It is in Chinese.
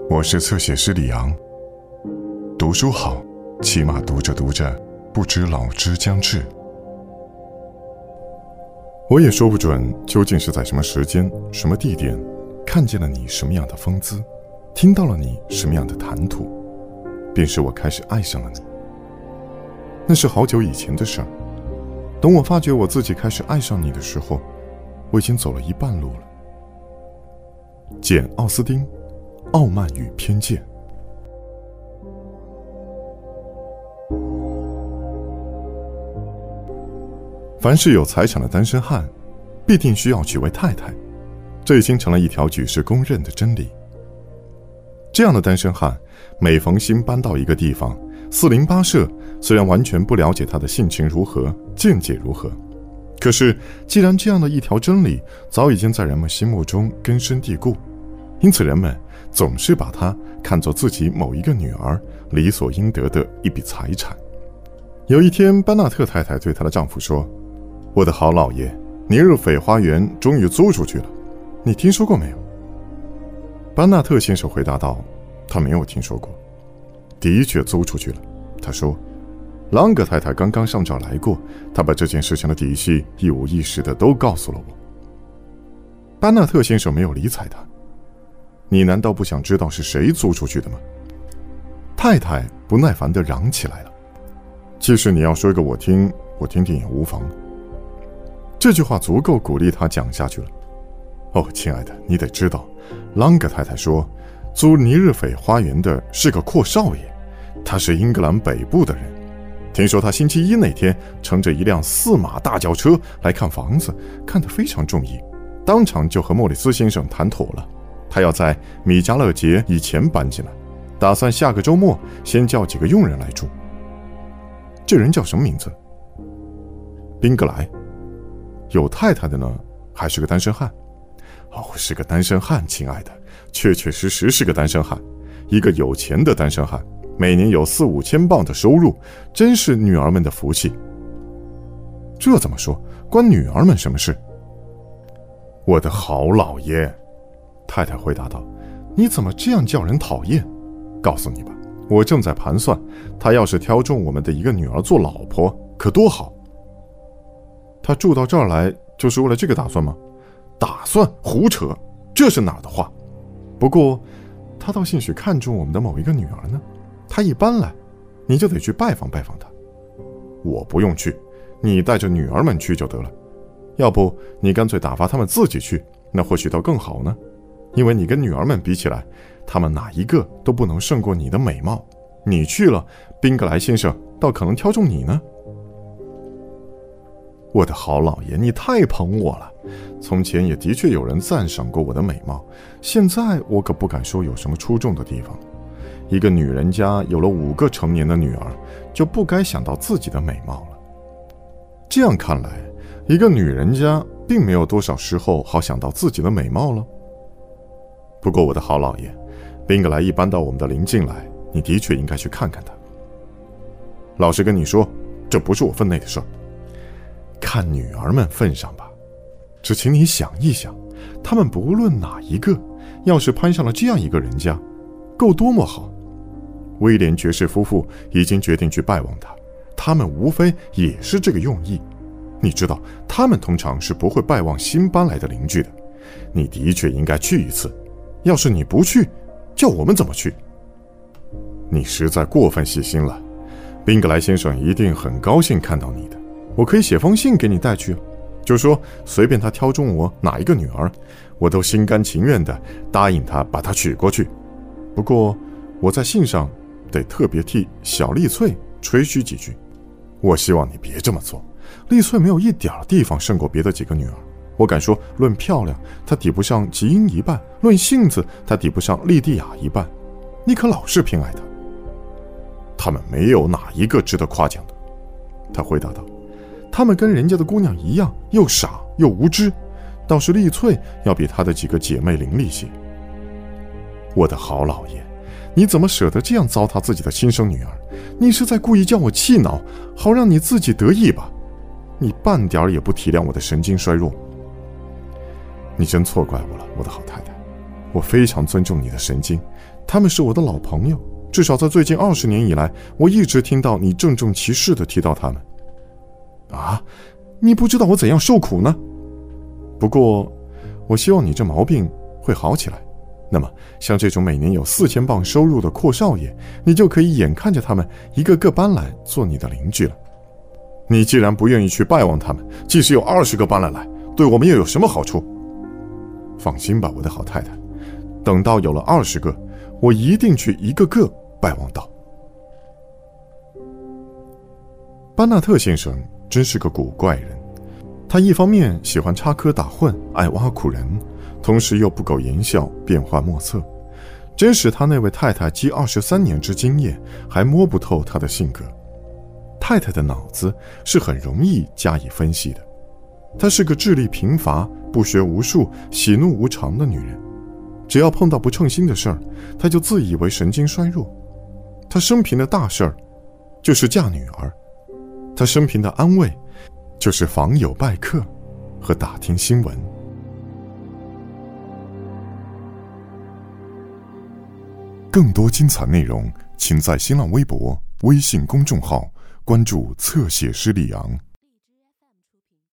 我是侧写师李昂。读书好，起码读着读着，不知老之将至。我也说不准究竟是在什么时间、什么地点，看见了你什么样的风姿，听到了你什么样的谈吐，便使我开始爱上了你。那是好久以前的事儿。等我发觉我自己开始爱上你的时候，我已经走了一半路了。简·奥斯汀，《傲慢与偏见》。凡是有财产的单身汉，必定需要娶位太太，这已经成了一条举世公认的真理。这样的单身汉，每逢新搬到一个地方，四邻八舍虽然完全不了解他的性情如何、见解如何，可是既然这样的一条真理早已经在人们心目中根深蒂固，因此人们总是把它看作自己某一个女儿理所应得的一笔财产。有一天，班纳特太太对她的丈夫说：“我的好老爷，尼日斐花园终于租出去了，你听说过没有？”班纳特先生回答道：“他没有听说过。”的确租出去了，他说。朗格太太刚刚上这儿来过，她把这件事情的底细一五一十的都告诉了我。班纳特先生没有理睬他。你难道不想知道是谁租出去的吗？太太不耐烦地嚷起来了。其实你要说个我听听也无妨。这句话足够鼓励他讲下去了。哦，亲爱的，你得知道，朗格太太说，租尼日斐花园的是个阔少爷，他是英格兰北部的人。听说他星期一那天乘着一辆4马大轿车来看房子，看得非常中意，当场就和莫里斯先生谈妥了，他要在米迦勒节以前搬进来，打算下个周末先叫几个佣人来住。这人叫什么名字？宾格莱。有太太的呢，还是个单身汉？哦，是个单身汉，亲爱的，确确实实是个单身汉，一个有钱的单身汉，每年有4、5千镑的收入，真是女儿们的福气。这怎么说？关女儿们什么事？我的好老爷，太太回答道，你怎么这样叫人讨厌？告诉你吧，我正在盘算，他要是挑中我们的一个女儿做老婆，可多好。他住到这儿来就是为了这个打算吗？打算？胡扯，这是哪儿的话？不过他倒兴许看中我们的某一个女儿呢。他一搬来，你就得去拜访拜访他。我不用去，你带着女儿们去就得了。要不你干脆打发他们自己去，那或许倒更好呢。因为你跟女儿们比起来，他们哪一个都不能胜过你的美貌。你去了，宾格莱先生倒可能挑中你呢。我的好老爷，你太捧我了。从前也的确有人赞赏过我的美貌，现在我可不敢说有什么出众的地方。一个女人家有了5个成年的女儿，就不该想到自己的美貌了。这样看来，一个女人家并没有多少时候好想到自己的美貌了。不过我的好老爷，宾格莱一搬到我们的邻近来，你的确应该去看看他。老实跟你说，这不是我分内的事儿。看女儿们份上吧，只请你想一想，他们不论哪一个，要是攀上了这样一个人家，够多么好。威廉爵士夫妇已经决定去拜望他，他们无非也是这个用意。你知道，他们通常是不会拜望新搬来的邻居的。你的确应该去一次，要是你不去，叫我们怎么去？你实在过分细心了，宾格莱先生一定很高兴看到你的。我可以写封信给你带去，就说随便他挑中我哪一个女儿，我都心甘情愿地答应他把她娶过去。不过我在信上得特别替小丽翠吹嘘几句。我希望你别这么做，丽翠没有一点地方胜过别的几个女儿。我敢说，论漂亮，她抵不上吉英一半；论性子，她抵不上莉蒂亚一半。你可老是偏爱她。他们没有哪一个值得夸奖的，他回答道。他们跟人家的姑娘一样，又傻又无知，倒是丽翠要比她的几个姐妹伶俐些。我的好老爷，你怎么舍得这样糟蹋自己的亲生女儿？你是在故意叫我气恼，好让你自己得意吧？你半点也不体谅我的神经衰弱。你真错怪我了，我的好太太。 我非常尊重你的神经，他们是我的老朋友，至少在最近20年以来，我一直听到你郑重其事地提到他们。啊，你不知道我怎样受苦呢？不过，我希望你这毛病会好起来。那么，像这种每年有4000磅收入的阔少爷，你就可以眼看着他们一个个搬来做你的邻居了。你既然不愿意去拜望他们，即使有20个搬来，对我们又有什么好处？放心吧，我的好太太，等到有了20个，我一定去一个个拜望到。班纳特先生真是个古怪人，他一方面喜欢插科打诨，爱挖苦人，同时又不苟言笑，变幻莫测，真使他那位太太积23年之经验还摸不透他的性格。太太的脑子是很容易加以分析的，她是个智力贫乏、不学无术、喜怒无常的女人。只要碰到不称心的事儿，她就自以为神经衰弱。她生平的大事儿就是嫁女儿，她生平的安慰就是访友拜客和打听新闻。更多精彩内容，请在新浪微博、微信公众号关注侧写师李昂。